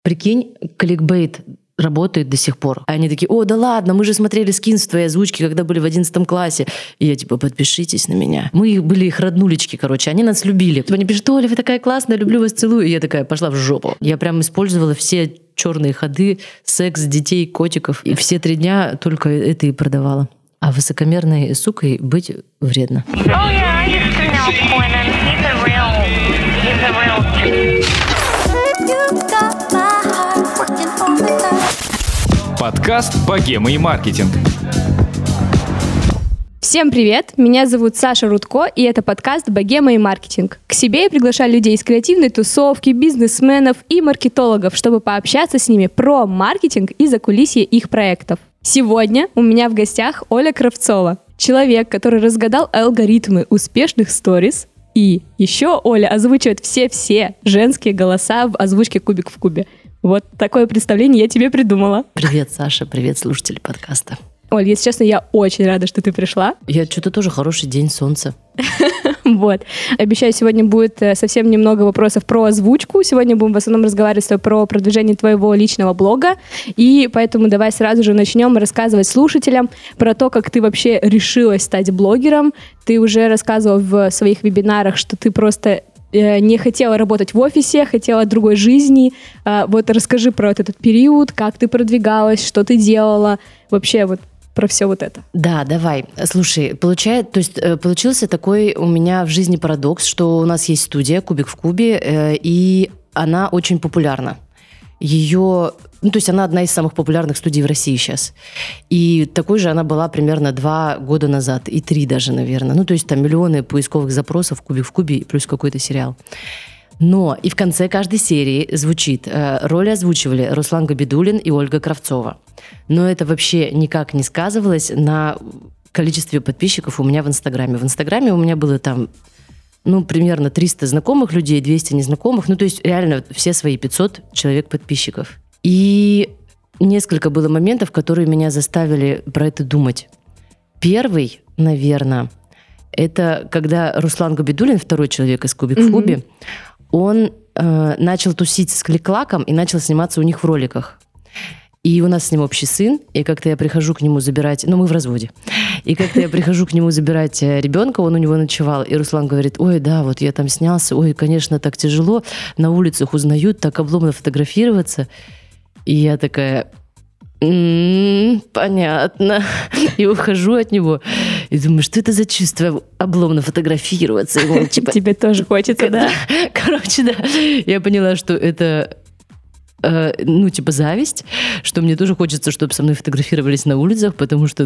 Прикинь, кликбейт работает до сих пор. А они такие: о, да ладно, мы же смотрели скинс в твоей озвучке, когда были в 11 классе. И я типа: подпишитесь на меня. Мы были их роднулечки, короче, они нас любили. Они пишут: Оля, вы такая классная, люблю вас, целую. И я такая: пошла в жопу. Я прям использовала все черные ходы, секс, детей, котиков. И все 3 дня только это и продавала. А высокомерной сукой быть вредно. Подкаст «Богема и маркетинг». Всем привет! Меня зовут Саша Рудко, и это подкаст «Богема и маркетинг». К себе я приглашаю людей из креативной тусовки, бизнесменов и маркетологов, чтобы пообщаться с ними про маркетинг и закулисье их проектов. Сегодня у меня в гостях Оля Кравцова, человек, который разгадал алгоритмы успешных сторис, и еще Оля озвучивает все женские голоса в озвучке «Кубик в кубе». Вот такое представление я тебе придумала. Привет, Саша, привет, слушатели подкаста. Оль, если честно, я очень рада, что ты пришла. Я что-то тоже хороший день, солнце. Вот. Обещаю, сегодня будет совсем немного вопросов про озвучку. Сегодня будем в основном разговаривать с тобой про продвижение твоего личного блога. И поэтому давай сразу же начнем рассказывать слушателям про то, как ты вообще решилась стать блогером. Ты уже рассказывал в своих вебинарах, что ты просто не хотела работать в офисе, хотела другой жизни. Вот расскажи про этот период, как ты продвигалась, что ты делала, вообще вот про все вот это. Да, давай. Слушай, получился такой у меня в жизни парадокс, что у нас есть студия «Кубик в кубе», и она очень популярна. Она одна из самых популярных студий в России сейчас. И такой же она была примерно 2 года назад, и 3 даже, наверное. Там миллионы поисковых запросов «Кубик в кубе» плюс какой-то сериал. Но и в конце каждой серии звучит: роли озвучивали Руслан Габидуллин и Ольга Кравцова. Но это вообще никак не сказывалось на количестве подписчиков у меня в Инстаграме. В Инстаграме у меня было там примерно 300 знакомых людей, 200 незнакомых. Реально все свои 500 человек подписчиков. И несколько было моментов, которые меня заставили про это думать. Первый, наверное, это когда Руслан Габидуллин, второй человек из «Кубик в кубе», он начал тусить с Клик-Клаком и начал сниматься у них в роликах. И у нас с ним общий сын, и как-то я прихожу к нему забирать... мы в разводе. И как-то я прихожу к нему забирать ребенка, он у него ночевал, и Руслан говорит: ой, да, вот я там снялся, ой, конечно, так тяжело, на улицах узнают, так обломно фотографироваться. И я такая: понятно. И ухожу от него. И думаю, что это за чувство обломно фотографироваться? И он, тебе тоже хочется, да? Короче, да. Я поняла, что это... зависть, что мне тоже хочется, чтобы со мной фотографировались на улицах, потому что,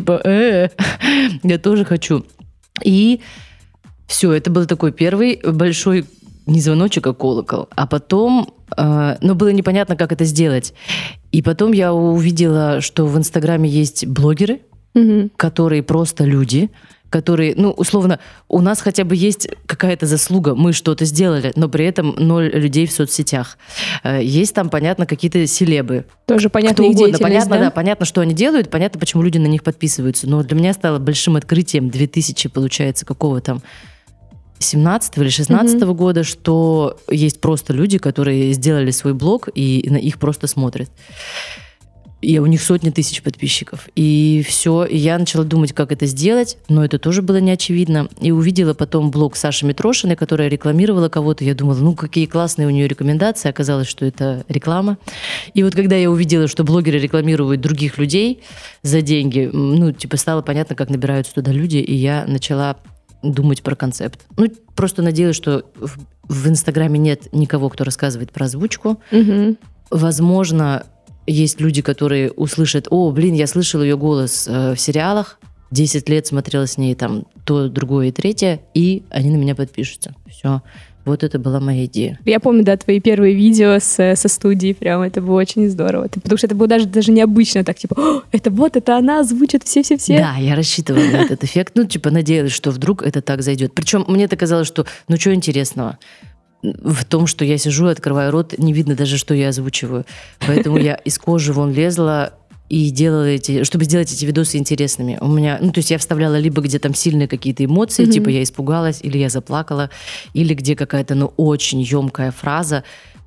я тоже хочу. И все, это был такой первый большой не звоночек, а колокол. А потом, было непонятно, как это сделать. И потом я увидела, что в Инстаграме есть блогеры, которые просто люди, которые, условно, у нас хотя бы есть какая-то заслуга, мы что-то сделали, но при этом 0 людей в соцсетях. Есть там, понятно, какие-то селебы. Тоже понятно их деятельность, понятно, да? Понятно, что они делают, понятно, почему люди на них подписываются. Но для меня стало большим открытием 2000, получается, какого там 17 или 16 года, что есть просто люди, которые сделали свой блог, и на их просто смотрят. И у них сотни тысяч подписчиков. И все. И я начала думать, как это сделать, но это тоже было неочевидно. И увидела потом блог Саши Митрошиной, которая рекламировала кого-то. Я думала, какие классные у нее рекомендации. Оказалось, что это реклама. И вот когда я увидела, что блогеры рекламируют других людей за деньги, стало понятно, как набираются туда люди, и я начала думать про концепт. Просто надеялась, что в Инстаграме нет никого, кто рассказывает про озвучку. Возможно, есть люди, которые услышат: о, я слышала ее голос в сериалах, 10 лет смотрела с ней там то, другое и третье, и они на меня подпишутся. Все. Вот это была моя идея. Я помню, да, твои первые видео со студии, прям это было очень здорово. Потому что это было даже необычно, так это она озвучит все-все-все. Да, я рассчитывала на этот эффект, надеялась, что вдруг это так зайдет. Причем мне это казалось, что, что интересного в том, что я сижу и открываю рот, не видно даже, что я озвучиваю. Поэтому я из кожи вон лезла и делала чтобы сделать эти видосы интересными. У меня, я вставляла либо где там сильные какие-то эмоции, типа я испугалась, или я заплакала, или где какая-то, очень емкая фраза,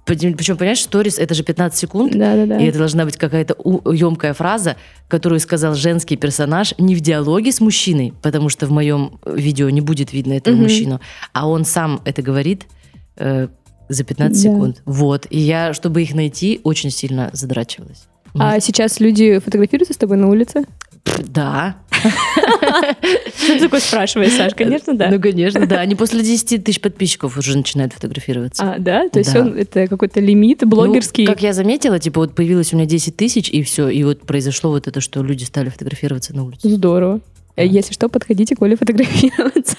Причем, понимаешь, сторис — это же 15 секунд, Да-да-да. и это должна быть какая-то емкая фраза, которую сказал женский персонаж не в диалоге с мужчиной, потому что в моем видео не будет видно этого мужчину, а он сам это говорит за 15 секунд. Вот. И я, чтобы их найти, очень сильно задрачивалась. А сейчас люди фотографируются с тобой на улице? Да. Что ты такое спрашиваешь, Саш? Конечно, да. Ну, конечно, да. Они после 10 тысяч подписчиков уже начинают фотографироваться. А, да? То есть это какой-то лимит блогерский? Ну, как я заметила, типа вот появилось у меня 10 тысяч, и все. И вот произошло вот это, что люди стали фотографироваться на улице. Здорово. Если что, подходите к Оле фотографироваться.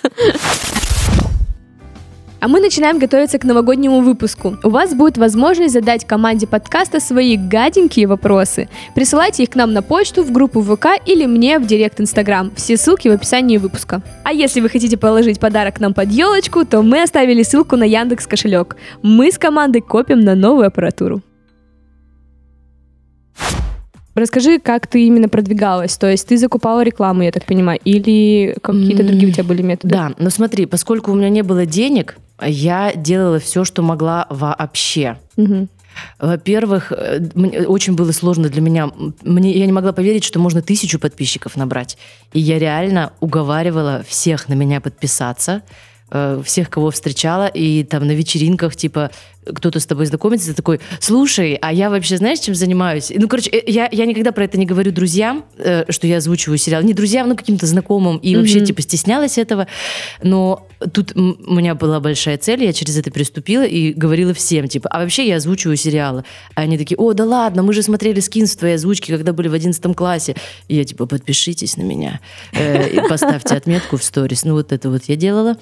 А мы начинаем готовиться к новогоднему выпуску. У вас будет возможность задать команде подкаста свои гаденькие вопросы. Присылайте их к нам на почту, в группу ВК или мне в директ Инстаграм. Все ссылки в описании выпуска. А если вы хотите положить подарок нам под елочку, то мы оставили ссылку на Яндекс кошелек. Мы с командой копим на новую аппаратуру. Расскажи, как ты именно продвигалась? То есть ты закупала рекламу, я так понимаю, или какие-то другие у тебя были методы? Да, но смотри, поскольку у меня не было денег, я делала все, что могла вообще. Во-первых, очень было сложно для меня. Я не могла поверить, что можно 1000 подписчиков набрать. И я реально уговаривала всех на меня подписаться, всех, кого встречала, и там на вечеринках, типа, кто-то с тобой знакомится, ты такой: слушай, а я вообще знаешь, чем занимаюсь? Ну, короче, я никогда про это не говорю друзьям, что я озвучиваю сериал. Не друзьям, но каким-то знакомым. И вообще, типа, стеснялась этого. Но тут у меня была большая цель, я через это приступила и говорила всем, типа, а вообще я озвучиваю сериалы. А они такие: о, да ладно, мы же смотрели скинс твоей озвучки, когда были в 11 классе. И я, типа, подпишитесь на меня. И поставьте отметку в сторис. Ну, вот это вот я делала.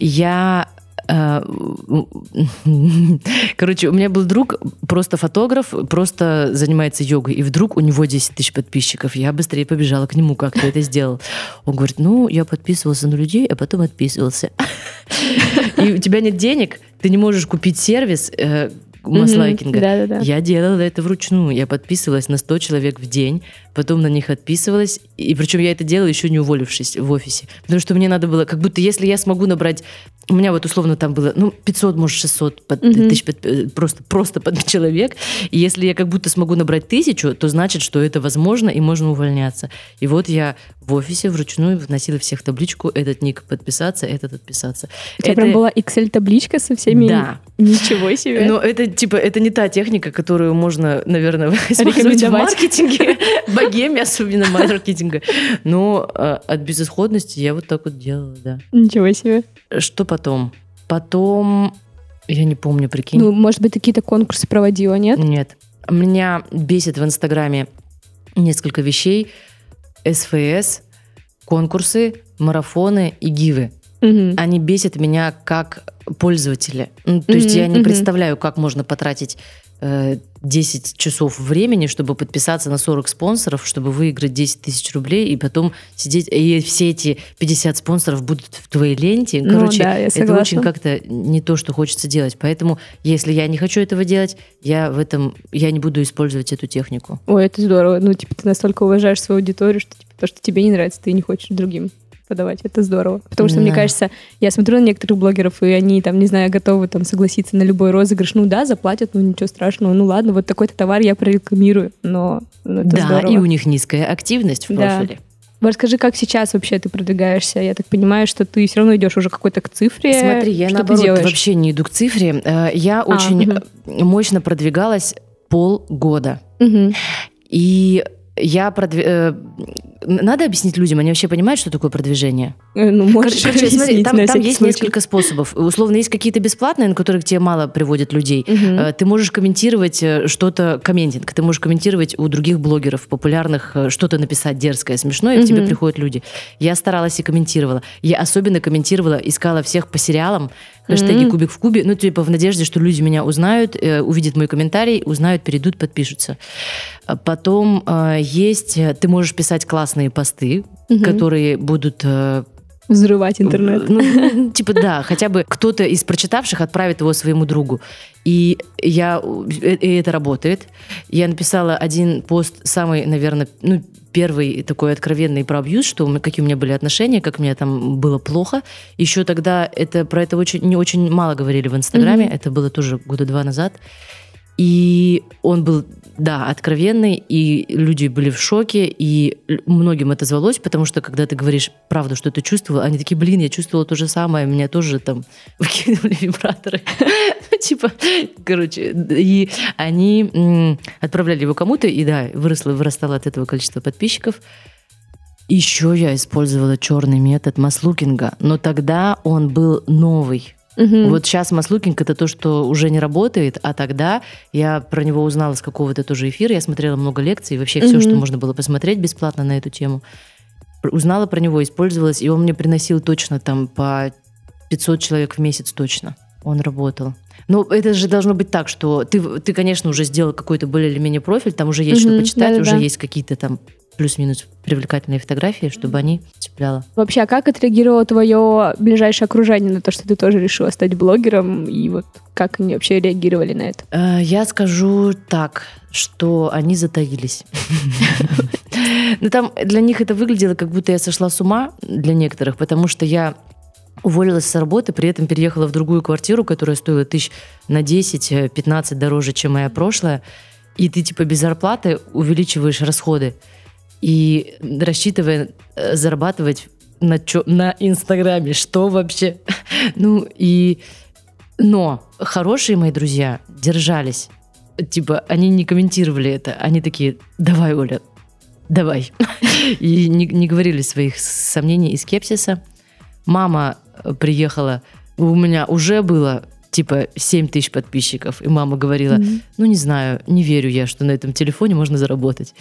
Короче, у меня был друг, просто фотограф, просто занимается йогой, и вдруг у него 10 тысяч подписчиков. Я быстрее побежала к нему: как ты это сделал? Он говорит: ну, я подписывался на людей, а потом отписывался. И у тебя нет денег, ты не можешь купить сервис масс-лайкинга. Да-да-да. Я делала это вручную. Я подписывалась на 100 человек в день, потом на них отписывалась. И причем я это делала, еще не уволившись в офисе. Потому что мне надо было, как будто если я смогу набрать... У меня вот условно там было 500, может, 600 тысяч просто под человек. И если я как будто смогу набрать 1000, то значит, что это возможно и можно увольняться. И вот я в офисе вручную вносила всех в табличку: этот ник подписаться, этот отписаться. У тебя прям была Excel-табличка со всеми? Да. Ничего себе. Но это, типа, это не та техника, которую можно, наверное, использовать в маркетинге, богеме, особенно маркетинга. Но от безысходности я вот так вот делала, да. Ничего себе. Что потом? Потом, я не помню, прикинь. Ну, может быть, ты какие-то конкурсы проводила, нет? Нет. Меня бесит в Инстаграме несколько вещей. СФС, конкурсы, марафоны и гивы. Они бесят меня как пользователя. То есть я не представляю, как можно потратить 10 часов времени, чтобы подписаться на 40 спонсоров, чтобы выиграть 10 тысяч рублей, и потом сидеть, и все эти 50 спонсоров будут в твоей ленте. Короче, да, это очень как-то не то, что хочется делать. Поэтому, если я не хочу этого делать, я не буду использовать эту технику. Ой, это здорово. Ну, типа, ты настолько уважаешь свою аудиторию, что типа, то, что тебе не нравится, ты не хочешь другим подавать. Это здорово. Потому что, мне кажется, я смотрю на некоторых блогеров, и они, там, не знаю, готовы там согласиться на любой розыгрыш. Ну да, заплатят, ну ничего страшного. Ну ладно, вот такой-то товар я прорекламирую. Но это здорово. И у них низкая активность в профиле. Расскажи, как сейчас вообще ты продвигаешься? Я так понимаю, что ты все равно идешь уже какой-то к цифре. Смотри, я наоборот вообще не иду к цифре. Я очень мощно продвигалась полгода. И я надо объяснить людям, они вообще понимают, что такое продвижение? Ну, можешь объяснить, смотри, там есть несколько способов. Условно, есть какие-то бесплатные, на которые к тебе мало приводят людей. Ты можешь комментировать что-то, комментинг. Ты можешь комментировать у других блогеров популярных, что-то написать дерзкое, смешное, и к тебе приходят люди. Я старалась и комментировала. Я особенно комментировала, искала всех по сериалам, хэштеги «Кубик в кубе», ну, типа в надежде, что люди меня узнают, увидят мой комментарий, узнают, перейдут, подпишутся. Потом ты можешь писать классные посты, которые будут... взрывать интернет. Ну, типа, да, хотя бы кто-то из прочитавших отправит его своему другу. И это работает. Я написала один пост, самый, наверное, первый такой откровенный про абьюз, какие у меня были отношения, как мне там было плохо. Еще тогда про это не очень мало говорили в Инстаграме. Это было тоже 2 года назад. И он был, да, откровенный, и люди были в шоке, и многим это звалось, потому что, когда ты говоришь правду, что ты чувствовал, они такие, блин, я чувствовала то же самое, меня тоже там выкинули вибраторы. Типа, короче, и они отправляли его кому-то, и да, вырастало от этого количество подписчиков. Еще я использовала черный метод маслукинга, но тогда он был новый. Вот сейчас маслукинг — это то, что уже не работает, а тогда я про него узнала с какого-то тоже эфира, я смотрела много лекций, вообще все, что можно было посмотреть бесплатно на эту тему. Узнала про него, использовалась, и он мне приносил точно там по 500 человек в месяц точно. Он работал. Но это же должно быть так, что ты, конечно, уже сделал какой-то более или менее профиль, там уже есть что почитать, уже есть какие-то там плюс-минус привлекательные фотографии, чтобы они цепляло. Вообще, а как отреагировало твое ближайшее окружение на то, что ты тоже решила стать блогером? И вот как они вообще реагировали на это? Я скажу так, что они затаились. Но там для них это выглядело, как будто я сошла с ума для некоторых, потому что я уволилась с работы, при этом переехала в другую квартиру, которая стоила тысяч на 10-15 дороже, чем моя прошлая. И ты типа без зарплаты увеличиваешь расходы. И рассчитывая зарабатывать на Инстаграме, что вообще? Но хорошие мои друзья держались. Типа, они не комментировали это. Они такие, давай, Оля, давай. И не говорили своих сомнений и скепсиса. Мама приехала, у меня уже было типа 7 тысяч подписчиков. И мама говорила, не знаю, не верю я, что на этом телефоне можно заработать.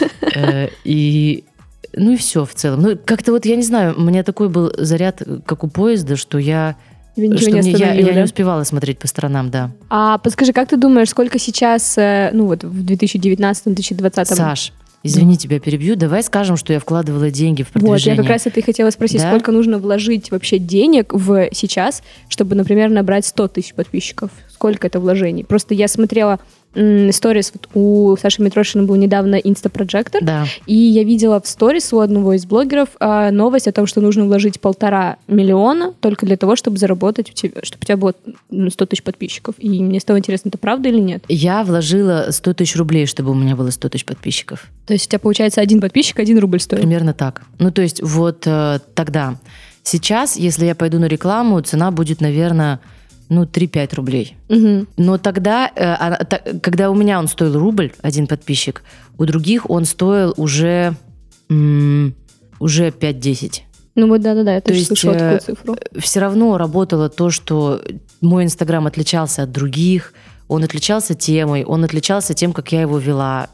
И все в целом. Как-то вот, я не знаю, у меня такой был заряд, как у поезда, что я не успевала смотреть по сторонам, да. А подскажи, как ты думаешь, сколько сейчас, в 2019-2020? Саш, извини, тебя перебью. Давай скажем, что я вкладывала деньги в продвижение. Вот, я как раз это и хотела спросить, да? Сколько нужно вложить вообще денег сейчас, чтобы, например, набрать 100 тысяч подписчиков? Сколько это вложений? Просто я смотрела сторис, у Саши Митрошина был недавно инста-проджектор, да. И я видела в сторис у одного из блогеров новость о том, что нужно вложить 1,5 миллиона только для того, чтобы заработать, чтобы у тебя было 100 тысяч подписчиков. И мне стало интересно, это правда или нет? Я вложила 100 тысяч рублей, чтобы у меня было 100 тысяч подписчиков. То есть у тебя, получается, 1 подписчик 1 рубль стоит? Примерно так. То есть вот тогда. Сейчас, если я пойду на рекламу, цена будет, наверное, 3-5 рублей. Но тогда, когда у меня он стоил рубль, 1 подписчик, у других он стоил уже 5-10. Да, я тоже слышала такую цифру. Все равно работало то, что мой Инстаграм отличался от других, он отличался темой, он отличался тем, как я его вела,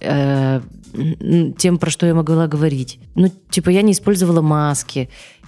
тем, про что я могла говорить. Я не использовала маски,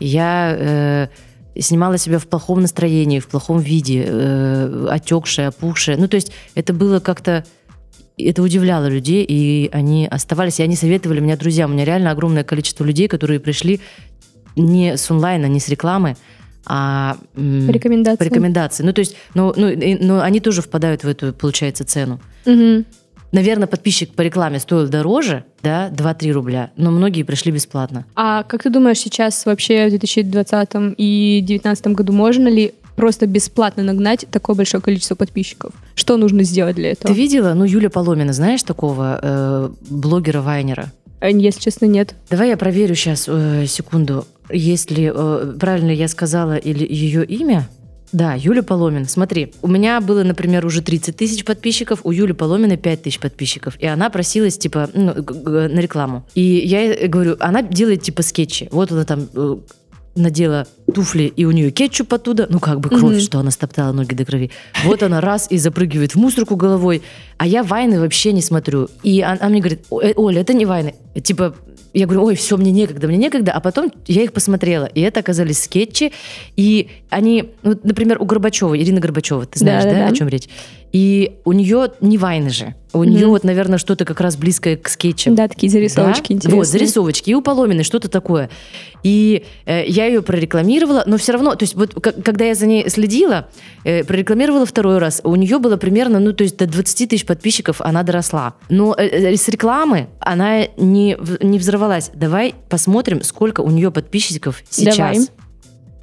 я снимала себя в плохом настроении, в плохом виде, отекшая, опухшая. То есть это было как-то... Это удивляло людей, и они оставались, и они советовали меня друзьям. У меня реально огромное количество людей, которые пришли не с онлайна, не с рекламы, а по рекомендации. То есть, но они тоже впадают в эту, получается, цену. Наверное, подписчик по рекламе стоил дороже, да, 2-3 рубля, но многие пришли бесплатно. А как ты думаешь, сейчас вообще в 2020 и 2019 году можно ли просто бесплатно нагнать такое большое количество подписчиков? Что нужно сделать для этого? Ты видела, Юля Поломина, знаешь такого блогера-вайнера? Если честно, нет. Давай я проверю сейчас, секунду, если правильно я сказала или ее имя. Да, Юля Поломина. Смотри, у меня было, например, уже 30 тысяч подписчиков, у Юли Поломиной 5 тысяч подписчиков. И она просилась, на рекламу. И я говорю, она делает, скетчи. Вот она там надела туфли, и у нее кетчуп оттуда. Кровь, что она стоптала ноги до крови. Вот она раз и запрыгивает в мусорку головой. А я вайны вообще не смотрю. И она мне говорит, Оля, это не вайны. Я говорю, ой, все, мне некогда. А потом я их посмотрела, и это оказались скетчи. И они, например, у Горбачевой, Ирина Горбачева, ты знаешь, да, о чем речь? И у нее не вайны же. У нее наверное, что-то как раз близкое к скетчам. Да, такие зарисовочки интересные. Вот, зарисовочки. И у Поломиной что-то такое. И я ее прорекламировала, но все равно, то есть вот когда я за ней следила, прорекламировала второй раз, у нее было примерно, до 20 тысяч подписчиков она доросла. Но с рекламы она не взорвалась. Давай посмотрим, сколько у нее подписчиков сейчас. Давай.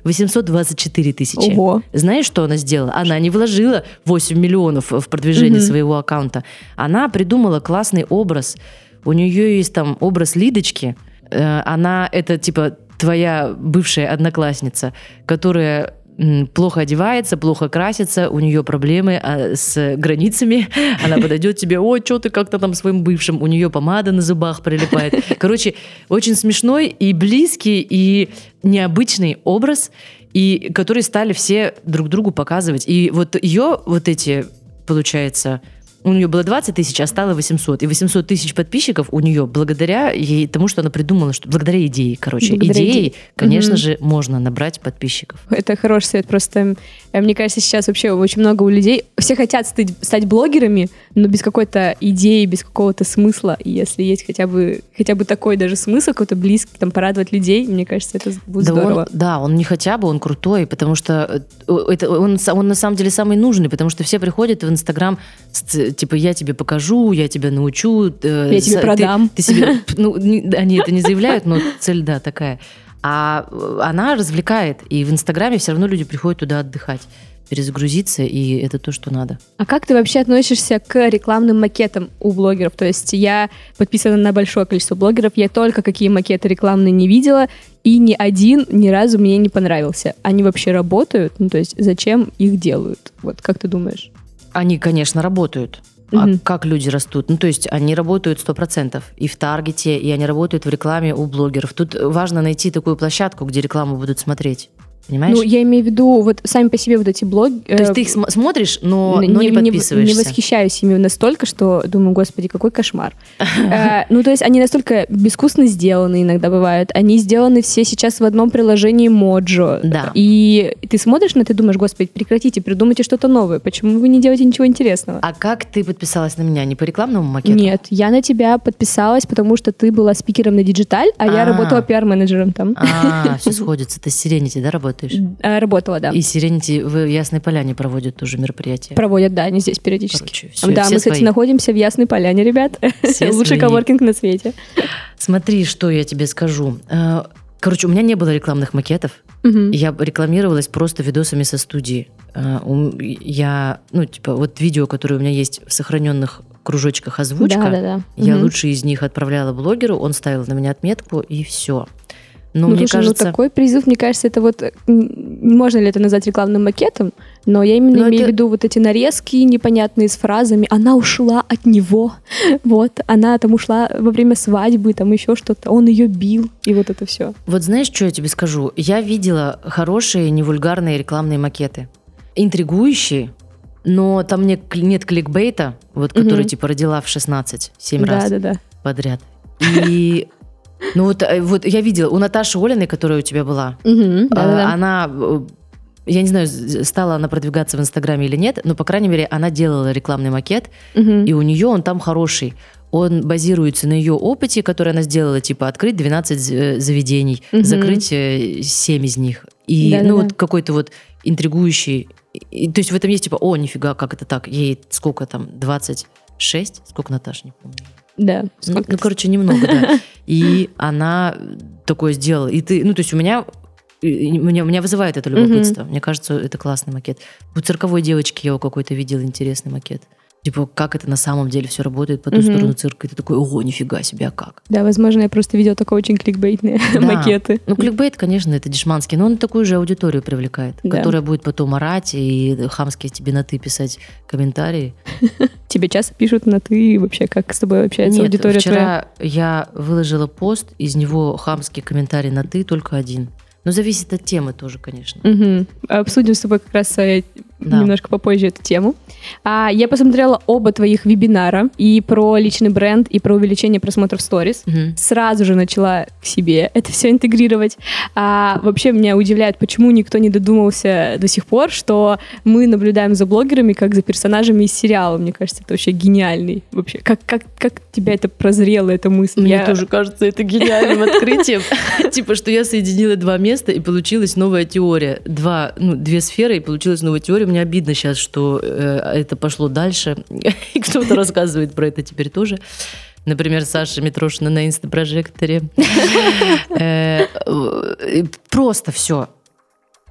824 тысячи. Ого. Знаешь, что она сделала? Она не вложила 8 миллионов в продвижение своего аккаунта. Она придумала классный образ. У нее есть там образ Лидочки. Она, это типа твоя бывшая одноклассница, которая плохо одевается, плохо красится, у нее проблемы с границами, она подойдет тебе, ой, что ты как-то там своим бывшим, у нее помада на зубах прилипает. Короче, очень смешной и близкий, и необычный образ, и который стали все друг другу показывать. И вот ее вот эти, получается, у нее было 20 тысяч, а стало 800. И 800 тысяч подписчиков у нее благодаря ей, тому, что она придумала, что благодаря идее, короче. Идеей, конечно же, можно набрать подписчиков. Это хороший совет. Просто, мне кажется, сейчас вообще очень много у людей... Все хотят стать блогерами, но без какой-то идеи, без какого-то смысла. И если есть хотя бы такой даже смысл, какой-то близкий, там, порадовать людей, мне кажется, это будет здорово. Он не хотя бы, он крутой, потому что он на самом деле самый нужный, потому что все приходят в Инстаграм типа, я тебе покажу, я тебя научу. Я тебе продам. Ты себе, они это не заявляют, но цель, да, такая. А она развлекает, и в Инстаграме все равно люди приходят туда отдыхать, перезагрузиться, и это то, что надо. А как ты вообще относишься к рекламным макетам у блогеров? То есть я подписана на большое количество блогеров, я только какие макеты рекламные не видела, и ни один ни разу мне не понравился. Они вообще работают? Ну, то есть зачем их делают? Вот как ты думаешь? Они, конечно, работают. А как люди растут? Ну, то есть они работают 100%. И в таргете, и они работают в рекламе у блогеров. Тут важно найти такую площадку, где рекламу будут смотреть. Понимаешь? Ну, я имею в виду, вот сами по себе вот эти блоги... То есть ты их смотришь, но не подписываешься. Не восхищаюсь ими настолько, что думаю, господи, какой кошмар. Ну, то есть они настолько безвкусно сделаны иногда бывают. Они сделаны все сейчас в одном приложении Mojo. Да. И ты смотришь на это и думаешь, господи, прекратите, придумайте что-то новое. Почему вы не делаете ничего интересного? А как ты подписалась на меня? Не по рекламному макету? Нет, я на тебя подписалась, потому что ты была спикером на Диджиталь, а я работала пиар-менеджером там. Все сходится. Ты с Serenity, да, работаешь? Работала, да. И Serenity в Ясной Поляне проводят тоже мероприятия. Проводят, да, они здесь периодически. Короче, все, да, все мы, кстати, находимся в Ясной Поляне, ребят. Лучший коворкинг на свете. Смотри, что я тебе скажу. Короче, у меня не было рекламных макетов. Я рекламировалась просто видосами со студии. Я, вот видео, которые у меня есть в сохраненных кружочках озвучка, я лучшие из них отправляла блогеру, он ставил на меня отметку, и все. Но мне кажется... такой призыв, мне кажется, это вот... Можно ли это назвать рекламным макетом? Но я именно имею в виду вот эти нарезки непонятные с фразами «она ушла от него», вот, она там ушла во время свадьбы, там еще что-то, он ее бил, и вот это все. Вот знаешь, что я тебе скажу? Я видела хорошие, невульгарные рекламные макеты. Интригующие, но там нет кликбейта, вот, который типа родила в 16 7 раз подряд. И... Ну вот я видела, у Наташи Олиной, которая у тебя была, она, я не знаю, стала она продвигаться в Инстаграме или нет, но, по крайней мере, она делала рекламный макет, и у нее он там хороший. Он базируется на ее опыте, который она сделала, типа открыть 12 заведений, закрыть 7 из них. И вот какой-то вот интригующий, то есть в этом есть типа, о, нифига, как это так, ей сколько там, 26? Сколько Наташа, не помню. Да. Короче, немного, да. И она такое сделала. И ты, то есть у меня вызывает это любопытство. Мне кажется, это классный макет. У цирковой девочки я у какой-то видела интересный макет. Типа, как это на самом деле все работает по ту сторону цирка. И ты такой, ого, нифига себе, а как? Да, возможно, я просто видела только очень кликбейтные макеты. Ну, кликбейт, конечно, это дешманский, но он такую же аудиторию привлекает, которая будет потом орать и хамски тебе на «ты» писать комментарии. Тебе часто пишут на «ты» вообще? Как с тобой общается аудитория твоя? Вчера я выложила пост, из него хамский комментарий на «ты» только один. Но зависит от темы тоже, конечно. Обсудим с тобой как раз немножко попозже эту тему. Я посмотрела оба твоих вебинара, и про личный бренд, и про увеличение просмотров сторис. Сразу же начала к себе это все интегрировать. Вообще меня удивляет, почему никто не додумался до сих пор, что мы наблюдаем за блогерами, как за персонажами из сериала. Мне кажется, это вообще гениальный. Вообще, как тебя это прозрело, эта мысль? Мне тоже кажется это гениальным открытием. Типа, что я соединила два места, и получилась новая теория. Две сферы, и получилась новая теория. Мне обидно сейчас, что это пошло дальше, и кто-то рассказывает про это теперь тоже. Например, Саша Митрошина на инстапрожекторе. Просто все.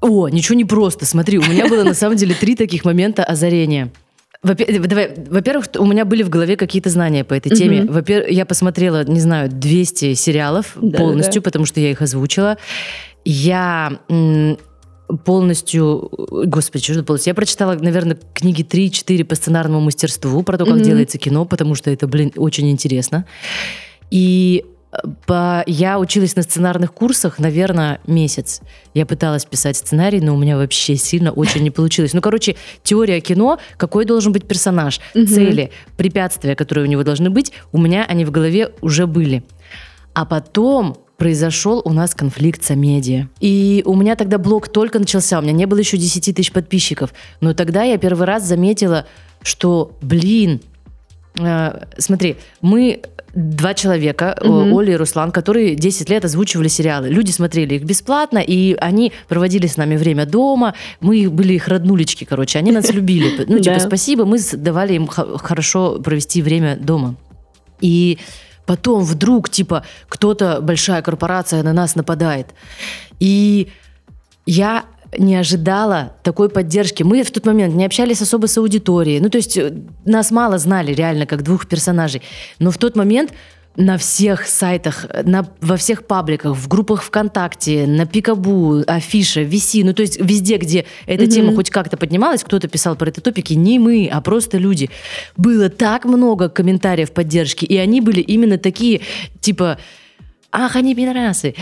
Ничего не просто. Смотри, у меня было на самом деле 3 таких момента озарения. Во-первых, у меня были в голове какие-то знания по этой теме. Во-первых, я посмотрела, не знаю, 200 сериалов полностью, потому что я их озвучила. Я полностью... Господи, что же полностью? Я прочитала, наверное, книги 3-4 по сценарному мастерству про то, как делается кино, потому что это, очень интересно. И я училась на сценарных курсах, наверное, месяц. Я пыталась писать сценарий, но у меня вообще сильно очень не получилось. Теория кино, какой должен быть персонаж, цели, препятствия, которые у него должны быть, у меня они в голове уже были. А потом произошел у нас конфликт с Амедиа. И у меня тогда блог только начался, у меня не было еще 10 тысяч подписчиков. Но тогда я первый раз заметила, что, смотри, мы 2 человека, Оля и Руслан, которые 10 лет озвучивали сериалы. Люди смотрели их бесплатно, и они проводили с нами время дома. Мы были их роднулечки, они нас любили. Спасибо, мы давали им хорошо провести время дома. И потом вдруг, кто-то, большая корпорация на нас нападает. И я не ожидала такой поддержки. Мы в тот момент не общались особо с аудиторией. Нас мало знали реально как 2 персонажей. Но в тот момент на всех сайтах, во всех пабликах, в группах ВКонтакте, на Пикабу, Афиша, VC, везде, где эта тема хоть как-то поднималась, кто-то писал про эти топики, не мы, а просто люди. Было так много комментариев поддержки, и они были именно такие, ах, они пидорасы.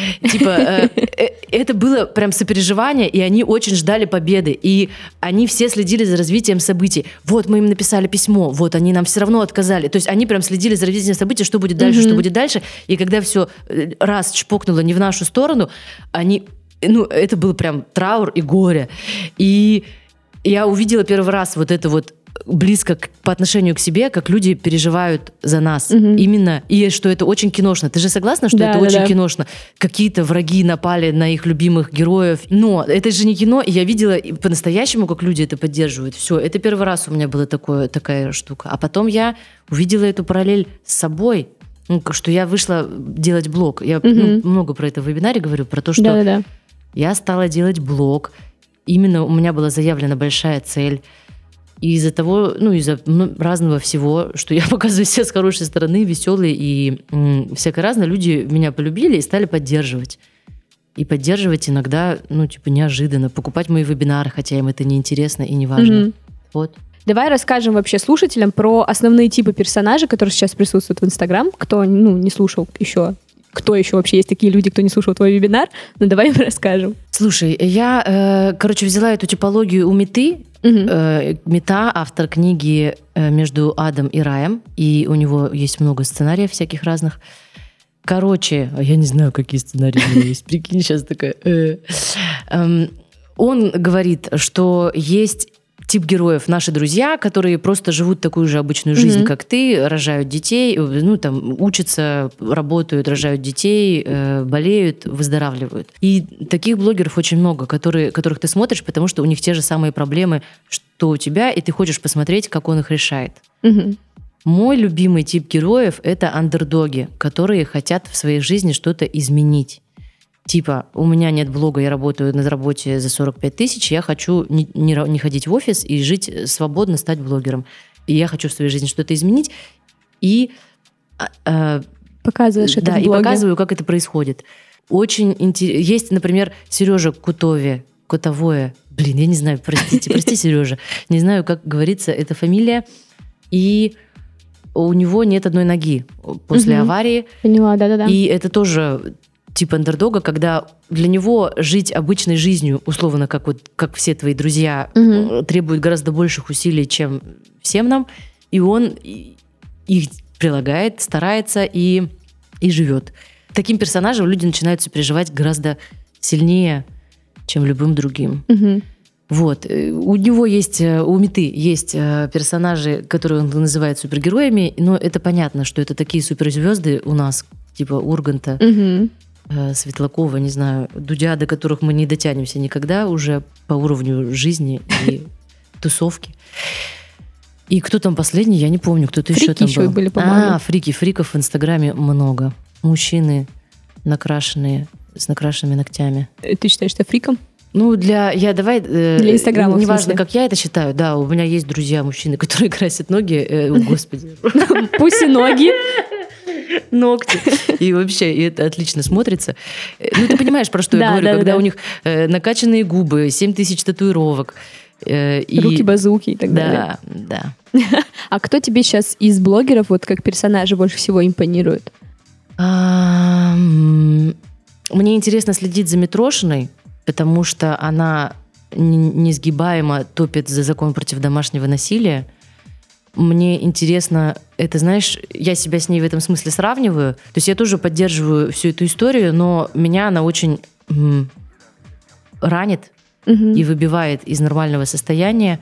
Это было прям сопереживание, и они очень ждали победы. И они все следили за развитием событий. Вот мы им написали письмо, вот они нам все равно отказали. То есть они прям следили за развитием событий, что будет дальше, что будет дальше. И когда все раз чпокнуло не в нашу сторону, это был прям траур и горе. И я увидела первый раз близко по отношению к себе, как люди переживают за нас. Именно. И что это очень киношно. Ты же согласна, что это очень киношно? Какие-то враги напали на их любимых героев. Но это же не кино. И я видела по-настоящему, как люди это поддерживают. Все. Это первый раз у меня была такая штука. А потом я увидела эту параллель с собой. Что я вышла делать блог. Я много про это в вебинаре говорю. Про то, что я стала делать блог. Именно у меня была заявлена большая цель. И из-за того, из-за разного всего, что я показываю все с хорошей стороны, веселые и всякое разное, люди меня полюбили и стали поддерживать. И поддерживать иногда, неожиданно. Покупать мои вебинары, хотя им это не интересно и не важно. Вот. Давай расскажем вообще слушателям про основные типы персонажей, которые сейчас присутствуют в Инстаграм. Кто, не слушал еще. Кто еще вообще есть такие люди, кто не слушал твой вебинар? Давай им расскажем. Слушай, я, взяла эту типологию у Меты. Мета — автор книги «Между адом и раем», и у него есть много сценариев всяких разных. Я не знаю, какие сценарии у него есть. Прикинь, сейчас такая... Он говорит, что есть тип героев, наши друзья, которые просто живут такую же обычную жизнь, как ты, рожают детей, учатся, работают, рожают детей, болеют, выздоравливают. И таких блогеров очень много, которых ты смотришь, потому что у них те же самые проблемы, что у тебя, и ты хочешь посмотреть, как он их решает. Мой любимый тип героев — это андердоги, которые хотят в своей жизни что-то изменить. У меня нет блога, я работаю на работе за 45 тысяч, я хочу не ходить в офис и жить свободно, стать блогером. И я хочу в своей жизни что-то изменить. И показываешь это в блоге. И показываю, как это происходит. Очень интересно. Есть, например, Сережа Котовое. Я не знаю, прости, Сережа. Не знаю, как говорится эта фамилия. И у него нет одной ноги после аварии. Поняла, да-да-да. И это тоже... тип андердога, когда для него жить обычной жизнью, условно, как все твои друзья, требует гораздо больших усилий, чем всем нам, и он их прилагает, старается и живет. Таким персонажем люди начинают сопереживать гораздо сильнее, чем любым другим. Вот. У Меты есть персонажи, которые он называет супергероями, но это понятно, что это такие суперзвезды у нас, типа Урганта, Светлакова, не знаю, Дудя, до которых мы не дотянемся никогда уже по уровню жизни и тусовки. И кто там последний, я не помню, кто-то еще там был. Фрики еще были, по-моему. Фриков в Инстаграме много. Мужчины накрашенные, с накрашенными ногтями. Ты считаешь себя фриком? Ну, для Инстаграма, в неважно, смысле. как я это считаю, да, у меня есть друзья-мужчины, которые красят ноги, господи, Пусть и ноги. ногти, и вообще, и это отлично смотрится. Ну, ты понимаешь, про что я Да, говорю, да, когда да. у них накачанные губы, 7000 татуировок. Руки-базуки и так далее. Да. А кто тебе сейчас из блогеров, вот как персонажа, больше всего импонирует? Мне интересно следить за Митрошиной, потому что она несгибаемо топит за закон против домашнего насилия. Мне интересно, это, знаешь, я себя с ней в этом смысле сравниваю. То есть я тоже поддерживаю всю эту историю, но меня она очень ранит и выбивает из нормального состояния.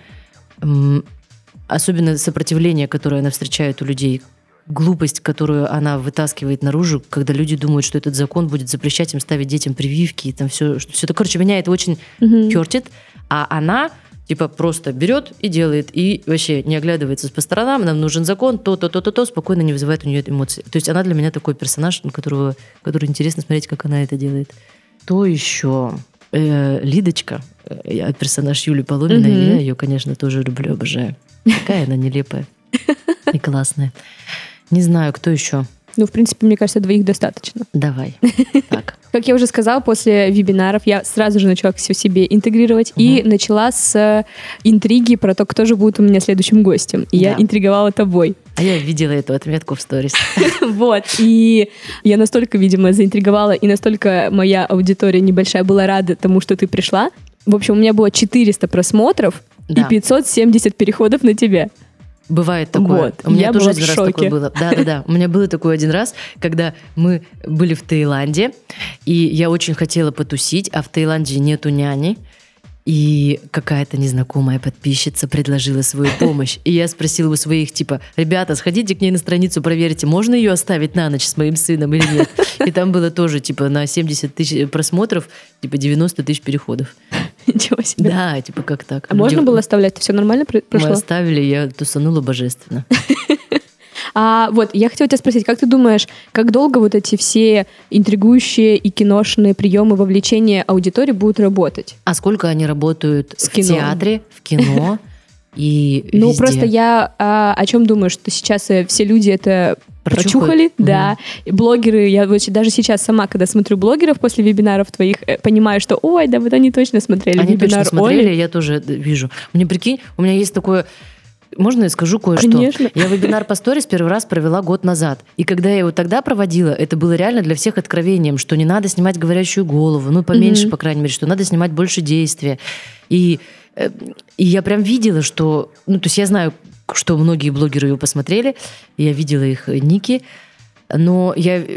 Особенно сопротивление, которое она встречает у людей. Глупость, которую она вытаскивает наружу, когда люди думают, что этот закон будет запрещать им ставить детям прививки, и там все это. Короче, меня это очень хёртит, а она типа просто берет и делает, и вообще не оглядывается по сторонам, нам нужен закон, то, спокойно не вызывает у нее эмоций. То есть она для меня такой персонаж, на который интересно смотреть, как она это делает. То еще? Лидочка, персонаж Юли Поломиной, я ее, конечно, тоже люблю, обожаю. Какая она нелепая и классная. Не знаю, кто еще. Ну, в принципе, мне кажется, 2 достаточно. Давай. Так. Как я уже сказала, после вебинаров я сразу же начала все себе интегрировать и начала с интриги про то, кто же будет у меня следующим гостем. И я интриговала тобой. А я видела эту отметку в сторис. Вот. И я настолько, видимо, заинтриговала, и настолько моя аудитория небольшая была рада тому, что ты пришла. В общем, у меня было 400 просмотров и 570 переходов на тебя. Бывает такое. Вот. У меня Я тоже была один в раз шоке. такое было. Да. У меня было такое один раз, когда мы были в Таиланде, и я очень хотела потусить, а в Таиланде нету няни. И какая-то незнакомая подписчица предложила свою помощь. И я спросила у своих, типа, ребята, сходите к ней на страницу, проверьте, можно ее оставить на ночь с моим сыном или нет. И там было тоже, типа, на 70 тысяч просмотров, типа, 90 тысяч переходов. Ничего себе. Да, типа, как так? А можно было оставлять? Все нормально Мы прошло? оставили, я тусанула божественно. А вот я хотела тебя спросить, как ты думаешь, как долго вот эти все интригующие и киношные приемы вовлечения аудитории будут работать? А сколько они работают С в кино. театре, в кино и Ну, везде? просто я о чем думаю, что сейчас все люди это Прочухали? прочухали, да. И блогеры, я вот даже сейчас сама, когда смотрю блогеров после вебинаров твоих, понимаю, что, ой, да, вот они точно смотрели Они вебинар точно смотрели, Оли. я тоже вижу. Мне прикинь, у меня есть такое... Можно я скажу кое-что? Конечно. Я вебинар по сторис первый раз провела год назад. И когда я его тогда проводила, это было реально для всех откровением, что не надо снимать говорящую голову, ну, поменьше, по крайней мере, что надо снимать больше действия. И я прям видела, что... Ну, то есть я знаю, что многие блогеры его посмотрели, я видела их ники, но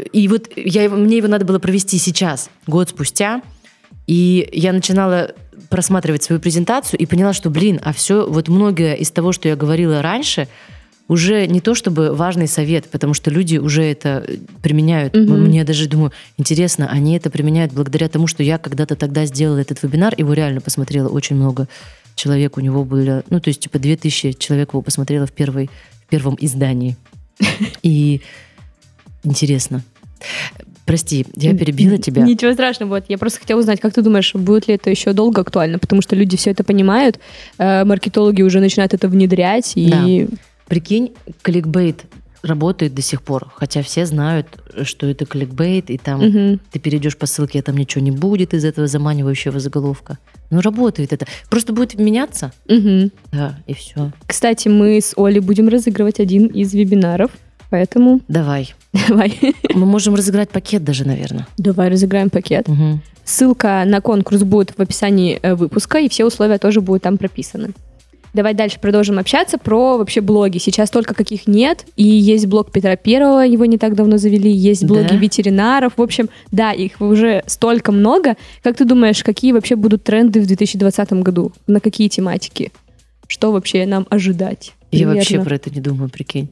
мне его надо было провести сейчас, год спустя, и я начинала просматривать свою презентацию и поняла, что, а все, вот многое из того, что я говорила раньше, уже не то чтобы важный совет, потому что люди уже это применяют. Мне даже, думаю, интересно, они это применяют благодаря тому, что я когда-то тогда сделала этот вебинар, его реально посмотрело очень много человек, у него было, ну, то есть, типа, 2000 человек его посмотрело в первом издании. И интересно. Прости, я перебила тебя. Ничего страшного, вот я просто хотела узнать, как ты думаешь, будет ли это еще долго актуально, потому что люди все это понимают, маркетологи уже начинают это внедрять, и... Да. Прикинь, кликбейт работает до сих пор, хотя все знают, что это кликбейт, и там ты перейдешь по ссылке, а там ничего не будет из этого заманивающего заголовка. Но работает это. Просто будет меняться. Да, и все. Кстати, мы с Олей будем разыгрывать один из вебинаров, поэтому... Давай. Давай. Мы можем разыграть пакет даже, наверное. Давай разыграем пакет. Угу. Ссылка на конкурс будет в описании выпуска, и все условия тоже будут там прописаны. Давай дальше продолжим общаться про вообще блоги. Сейчас только каких нет, и есть блог Петра Первого, его не так давно завели, есть блоги ветеринаров. В общем, да, их уже столько много. Как ты думаешь, какие вообще будут тренды в 2020 году? На какие тематики? Что вообще нам ожидать? Я вообще про это не думаю, прикинь.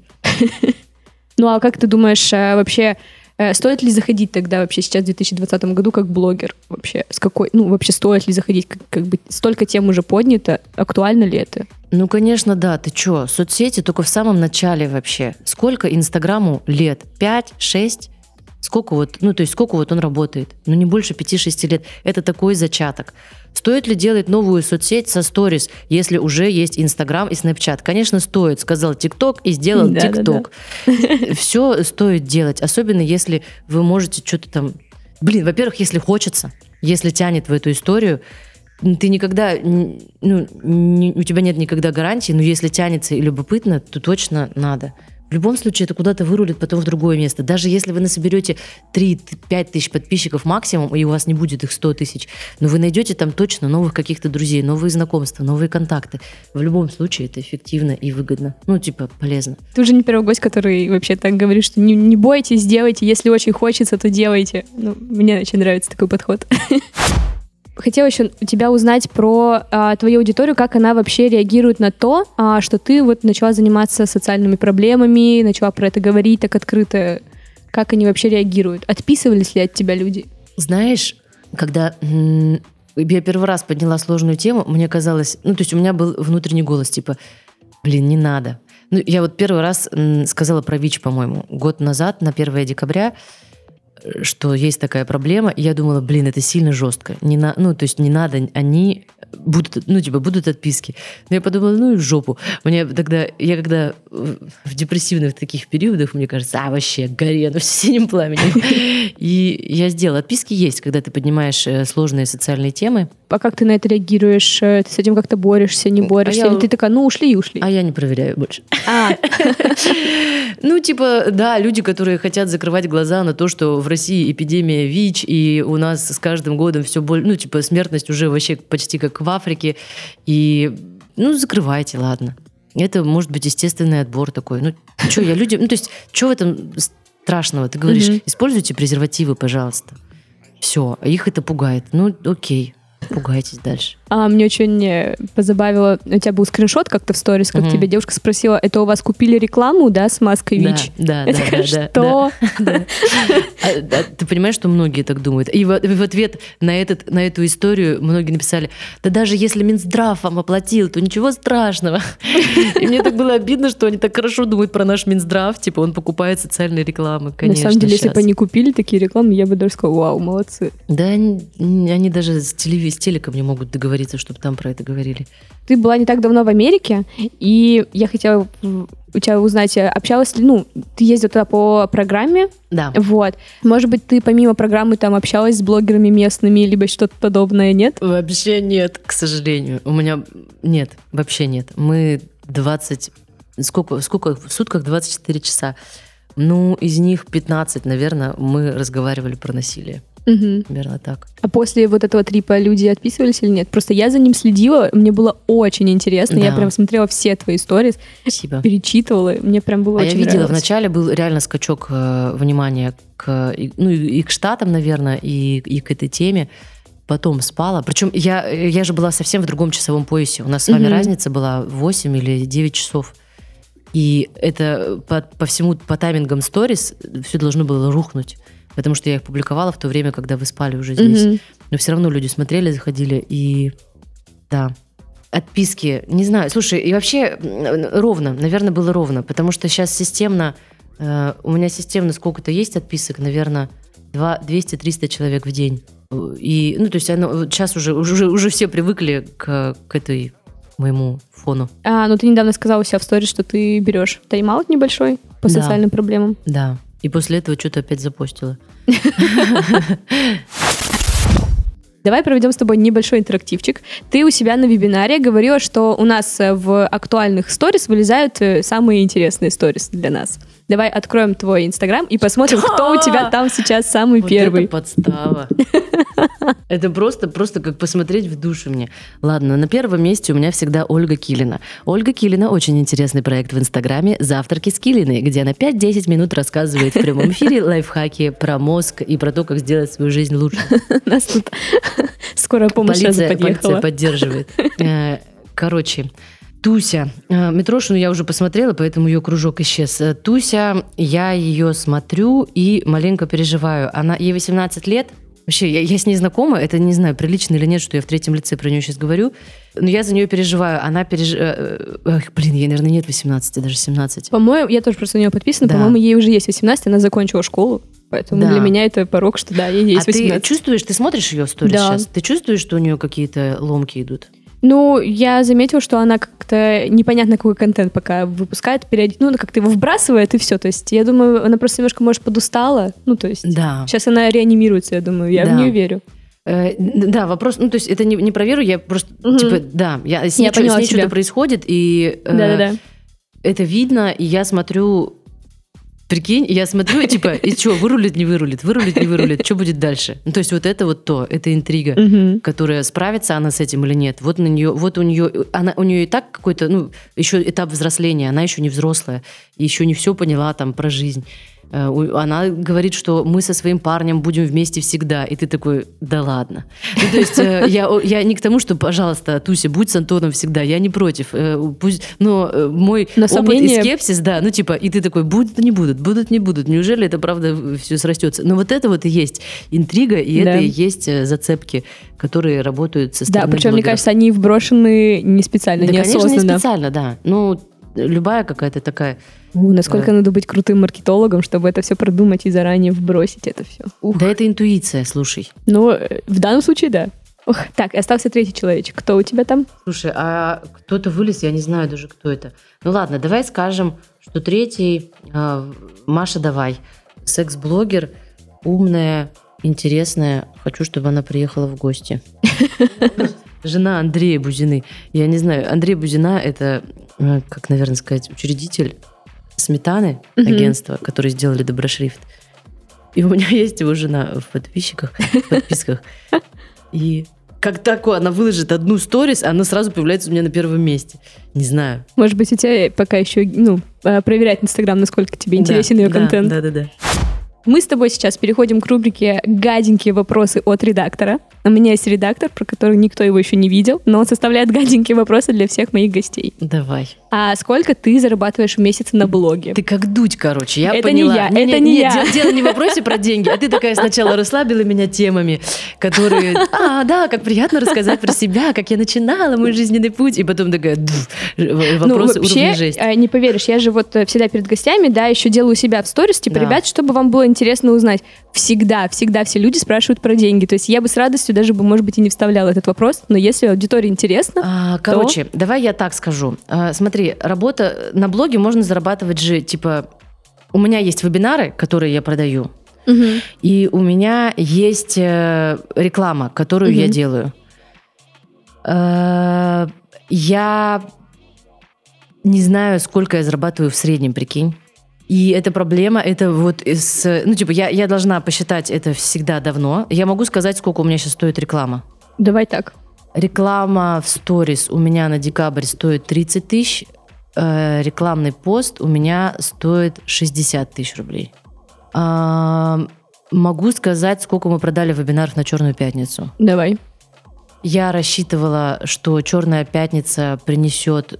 Ну а как ты думаешь, вообще стоит ли заходить тогда вообще сейчас в 2020 году как блогер? Вообще, вообще стоит ли заходить? Как бы столько тем уже поднято, актуально ли это? Ну, конечно, да. Ты чё? Соцсети только в самом начале вообще. Сколько Инстаграму лет? 5, 6? Сколько он работает? Не больше 5-6 лет. Это такой зачаток. Стоит ли делать новую соцсеть со сторис, если уже есть Инстаграм и Снэпчат? Конечно, стоит. Сказал ТикТок и сделал ТикТок. Все стоит делать. Особенно, если вы можете что-то там... Во-первых, если хочется, если тянет в эту историю, ты никогда... у тебя нет никогда гарантии, но если тянется и любопытно, то точно надо. В любом случае, это куда-то вырулит потом в другое место. Даже если вы насоберете 3-5 тысяч подписчиков максимум, и у вас не будет их 100 тысяч, но вы найдете там точно новых каких-то друзей, новые знакомства, новые контакты. В любом случае, это эффективно и выгодно. Полезно. Ты уже не первый гость, который вообще так говорит, что не бойтесь, делайте. Если очень хочется, то делайте. Мне очень нравится такой подход. Хотела еще у тебя узнать про твою аудиторию, как она вообще реагирует на то, что ты начала заниматься социальными проблемами, начала про это говорить так открыто. Как они вообще реагируют? Отписывались ли от тебя люди? Знаешь, когда я первый раз подняла сложную тему, мне казалось... у меня был внутренний голос, не надо. Я первый раз сказала про ВИЧ, по-моему, год назад, на 1 декабря, что есть такая проблема, и я думала, это сильно жестко. Не надо, они будут отписки. Но я подумала, в жопу. Я когда в депрессивных таких периодах, мне кажется, вообще горю, все синим пламенем. И я сделала. Отписки есть, когда ты поднимаешь сложные социальные темы. А как ты на это реагируешь? Ты с этим как-то борешься, не борешься? Или ты такая, ушли и ушли? А я не проверяю больше. Люди, которые хотят закрывать глаза на то, что в России эпидемия ВИЧ, и у нас с каждым годом все больше, смертность уже вообще почти как в Африке, и, закрывайте, ладно. Это может быть естественный отбор такой. Что в этом страшного? Ты говоришь, используйте презервативы, пожалуйста. Все, их это пугает. Окей. Пугайтесь дальше. Мне очень позабавило, у тебя был скриншот как-то в сторис, как тебя девушка спросила, это у вас купили рекламу, да, с маской ВИЧ? Да. Что? Ты понимаешь, что многие так думают? И в ответ на эту историю многие написали, да даже если Минздрав вам оплатил, то ничего страшного. И мне так было обидно, что они так хорошо думают про наш Минздрав, он покупает социальные рекламы, конечно. На самом деле, если бы они купили такие рекламы, я бы даже сказала, вау, молодцы. Да, они даже с телеком не могут договориться, чтобы там про это говорили. Ты была не так давно в Америке, и я хотела у тебя узнать, общалась ли, ты ездила туда по программе? Да. Может быть, ты помимо программы там общалась с блогерами местными, либо что-то подобное, нет? Вообще нет, к сожалению. У меня нет, вообще нет. Мы сколько в сутках 24 часа. Из них 15, наверное, мы разговаривали про насилие. Наверное, так. А после этого трипа люди отписывались или нет? Просто я за ним следила, мне было очень интересно. Да. Я прям смотрела все твои сторис. Спасибо. Перечитывала, мне прям было очень нравилось. Я видела, вначале был реально скачок внимания и к Штатам, наверное, и к этой теме. Потом спала. Причем я же была совсем в другом часовом поясе. У нас с вами разница была 8 или 9 часов. И это по таймингам сторис все должно было рухнуть. Потому что я их публиковала в то время, когда вы спали уже здесь. Но все равно люди смотрели, заходили. И да, отписки, не знаю. Слушай, и вообще ровно, наверное, было ровно. Потому что сейчас системно, у меня системно сколько-то есть отписок, наверное, 200-300 человек в день. И, сейчас уже все привыкли к этой моему фону. Ты недавно сказала у себя в сторис, что ты берешь тайм-аут небольшой по социальным проблемам. Да. И после этого что-то опять запостила. Давай проведем с тобой небольшой интерактивчик. Ты у себя на вебинаре говорила, что у нас в актуальных сторис вылезают самые интересные сторис для нас. Давай откроем твой Инстаграм и посмотрим, кто у тебя там сейчас самый первый. Это подстава. Это просто как посмотреть в душу мне. Ладно, на первом месте у меня всегда Ольга Килина. Ольга Килина — очень интересный проект в Инстаграме «Завтраки с Килиной», где она 5-10 минут рассказывает в прямом эфире лайфхаки про мозг и про то, как сделать свою жизнь лучше. Нас тут скорая помощь подъехала. Полиция поддерживает. Короче, Туся. Митрошину я уже посмотрела, поэтому ее кружок исчез. Туся, я ее смотрю и маленько переживаю. Ей 18 лет. Вообще, я с ней знакома. Это, не знаю, прилично или нет, что я в третьем лице про нее сейчас говорю. Но я за нее переживаю. Она ей, наверное, нет 18, даже 17. По-моему, я тоже просто на нее подписана. Да. По-моему, ей уже есть 18, она закончила школу. Поэтому для меня это порог, что да, ей есть 18. А ты чувствуешь, ты смотришь ее сторис сейчас? Ты чувствуешь, что у нее какие-то ломки идут? Ну, я заметила, что она как-то непонятно какой контент пока выпускает, как-то его вбрасывает, и все. То есть, я думаю, она просто немножко, может, подустала. Ну, то есть, сейчас она реанимируется, я думаю, я в нее верю. Да, вопрос, то есть, это не про веру, я просто, с ней что-то происходит, и это видно, и я смотрю... Прикинь, я смотрю, и что, вырулит, не вырулит, что будет дальше? Ну, то есть вот это это интрига, которая справится она с этим или нет. У нее и так какой-то, еще этап взросления, она еще не взрослая, еще не все поняла там про жизнь. Она говорит, что мы со своим парнем будем вместе всегда. И ты такой, да ладно. Ну, то есть я не к тому, что, пожалуйста, Туся, будь с Антоном всегда. Я не против. Но мой опыт и скепсис, и ты такой, будут, не будут. Неужели это правда все срастется? Но вот это вот и есть интрига, и это и есть зацепки, которые работают со стороны причем, блогеров. мне кажется, они вброшены не специально, неосознанно. Конечно, не специально, да. Любая какая-то такая... Насколько надо быть крутым маркетологом, чтобы это все продумать и заранее вбросить это все. Да это интуиция, слушай. В данном случае, да. Так, остался третий человечек. Кто у тебя там? Слушай, а кто-то вылез, я не знаю даже, кто это. Ну ладно, давай скажем, что третий Маша Давай. Секс-блогер, умная, интересная. Хочу, чтобы она приехала в гости. Жена Андрея Бузины. Я не знаю, Андрей Бузина – это, как, наверное, сказать, учредитель Сметаны, агентства, которые сделали Доброшрифт. И у меня есть его жена в подписчиках, в подписках. И как только она выложит одну сторис, она сразу появляется у меня на первом месте. Не знаю. Может быть, у тебя пока еще, проверять Инстаграм, насколько тебе интересен ее контент. Да. Мы с тобой сейчас переходим к рубрике «Гаденькие вопросы от редактора». У меня есть редактор, про который никто его еще не видел, но он составляет гаденькие вопросы для всех моих гостей. Давай. А сколько ты зарабатываешь в месяц на блоге? Ты как дудь, короче, я это поняла. Не я. Дело не в вопросе про деньги, а ты такая сначала расслабила меня темами, которые, как приятно рассказать про себя, как я начинала мой жизненный путь, и потом такая, вопросы уровня жесть. Не поверишь, я же всегда перед гостями, еще делаю себя в сторис, ребят, чтобы вам было интересно узнать. Всегда все люди спрашивают про деньги. То есть я бы с радостью даже бы, может быть, и не вставляла этот вопрос, но если аудитории интересно, короче, давай я так скажу. Смотри, работа на блоге можно зарабатывать же, у меня есть вебинары, которые я продаю, и у меня есть реклама, которую я делаю. Я не знаю, сколько я зарабатываю в среднем, прикинь. И эта проблема, это я должна посчитать это всегда давно. Я могу сказать, сколько у меня сейчас стоит реклама. Давай так. Реклама в сторис у меня на декабрь стоит 30 тысяч. Рекламный пост у меня стоит 60 тысяч рублей. Могу сказать, сколько мы продали вебинаров на Черную пятницу. Давай. Я рассчитывала, что Черная пятница принесет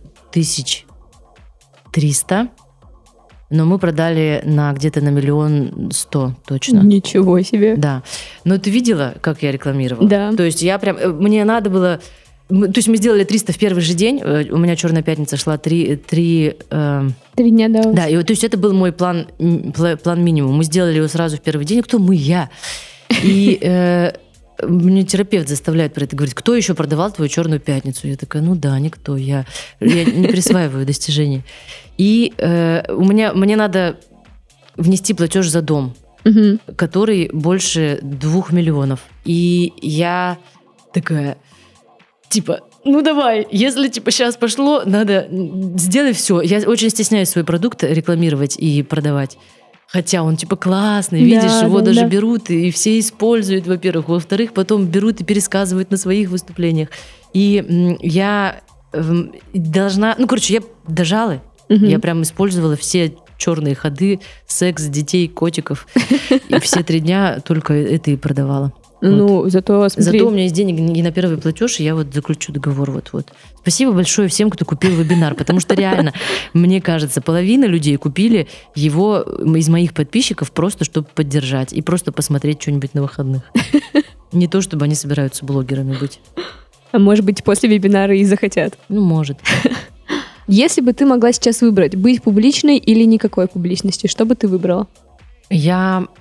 1300. Но мы продали где-то на 1 100 000 точно. Ничего себе. Да. Но ты видела, как я рекламировала? Да. То есть мне надо было... То есть мы сделали 300 в первый же день. У меня Черная пятница шла 3 дня, да. Да, и то есть это был мой план минимум. Мы сделали его сразу в первый день. Кто мы? Я. И мне терапевт заставляет про это говорить. Кто еще продавал твою Черную пятницу? Я такая, никто. Я не присваиваю достижения. И мне надо внести платеж за дом, который больше 2 миллионов. И я такая, давай, если сейчас пошло, надо сделай все. Я очень стесняюсь свой продукт рекламировать и продавать. Хотя он классный, видишь, его даже берут и все используют, во-первых. Во-вторых, потом берут и пересказывают на своих выступлениях. И я должна... я дожала. Я прям использовала все черные ходы, секс, детей, котиков. И все 3 дня только это и продавала. Зато смотри. Зато у меня есть денег и на первый платеж, и я заключу договор. Спасибо большое всем, кто купил вебинар, потому что реально, мне кажется, половина людей купили его из моих подписчиков просто, чтобы поддержать и просто посмотреть что-нибудь на выходных. Не то, чтобы они собираются блогерами быть. А может быть, после вебинара и захотят. Может. Если бы ты могла сейчас выбрать, быть публичной или никакой публичности, что бы ты выбрала? Я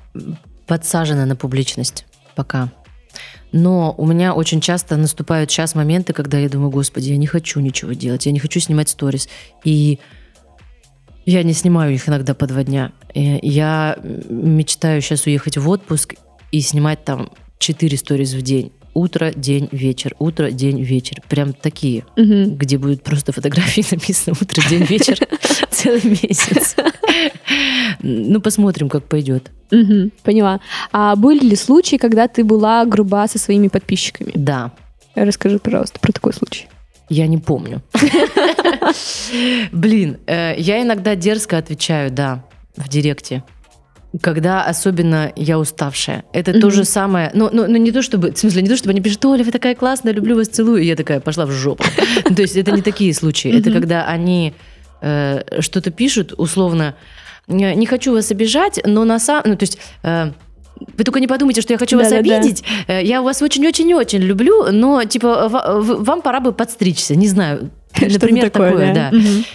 подсажена на публичность пока. Но у меня очень часто наступают сейчас моменты, когда я думаю, господи, я не хочу ничего делать, я не хочу снимать сторис. И я не снимаю их иногда по 2 дня. И я мечтаю сейчас уехать в отпуск и снимать там 4 сторис в день. Утро, день, вечер, утро, день, вечер. Прям такие, где будут просто фотографии написано утро, день, вечер целый месяц. Ну, посмотрим, как пойдет. Поняла. А были ли случаи, когда ты была груба со своими подписчиками? Да. Расскажи, пожалуйста, про такой случай. Я не помню. Блин, я иногда дерзко отвечаю, да, в директе. Когда особенно я уставшая. Это то же самое. Ну, не то, чтобы... В смысле, не то, чтобы они пишут: Оля, вы такая классная, люблю вас, целую. И я такая: пошла в жопу. То есть это не такие случаи. Это когда они что-то пишут, условно: не хочу вас обижать, но на самом... Ну, то есть... Вы только не подумайте, что я хочу вас обидеть. Я вас очень-очень-очень люблю, но, типа, вам пора бы подстричься. Не знаю. Например, такое, да.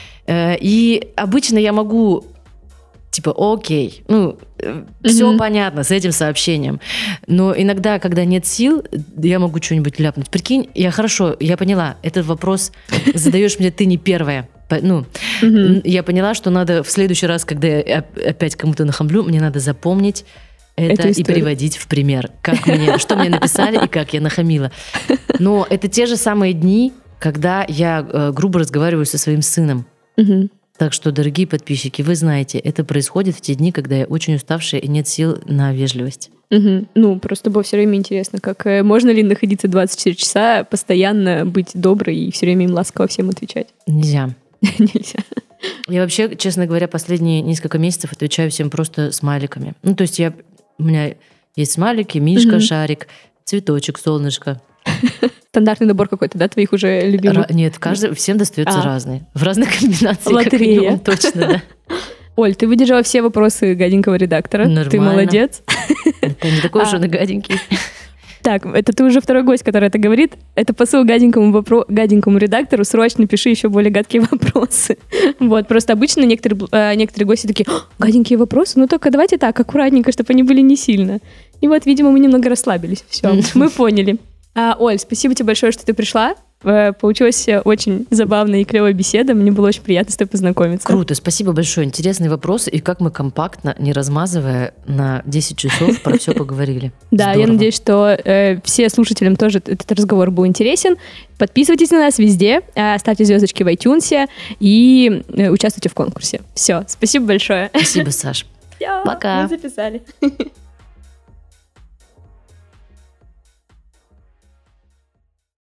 И обычно я могу... Типа, окей, ну, все понятно с этим сообщением. Но иногда, когда нет сил, я могу что-нибудь ляпнуть. Прикинь, я поняла, этот вопрос задаешь мне ты не первая. Ну, я поняла, что надо в следующий раз, когда я опять кому-то нахамлю, мне надо запомнить это и переводить в пример. Что мне написали и как я нахамила. Но это те же самые дни, когда я грубо разговариваю со своим сыном. Так что, дорогие подписчики, вы знаете, это происходит в те дни, когда я очень уставшая и нет сил на вежливость. Ну, просто было все время интересно, как можно ли находиться 24 часа, постоянно быть доброй и все время им ласково всем отвечать? Нельзя. Нельзя. Я вообще, честно говоря, последние несколько месяцев отвечаю всем просто смайликами. Ну, то есть у меня есть смайлики: мишка, шарик, цветочек, солнышко. Стандартный набор какой-то, да, твоих уже любимых? Нет, всем достается разный. В разных комбинациях. Лотерея. Точно, да. Оль, ты выдержала все вопросы гаденького редактора. Нормально. Ты молодец. Это не такой уж он и гаденький. Так, это ты уже второй гость, который это говорит. Это посыл гаденькому редактору: срочно пиши еще более гадкие вопросы. Вот, просто обычно некоторые гости такие: гаденькие вопросы? Ну только давайте так, аккуратненько, чтобы они были не сильно. И вот, видимо, мы немного расслабились. Все, мы поняли. Оль, спасибо тебе большое, что ты пришла. Получилась очень забавная и клевая беседа. Мне было очень приятно с тобой познакомиться. Круто, спасибо большое. Интересный вопрос. И как мы компактно, не размазывая, на 10 часов про все поговорили. Да, я надеюсь, что все слушателям тоже этот разговор был интересен. Подписывайтесь на нас везде, ставьте звездочки в iTunes и участвуйте в конкурсе. Все, спасибо большое. Спасибо, Саш. Пока. Мы записали.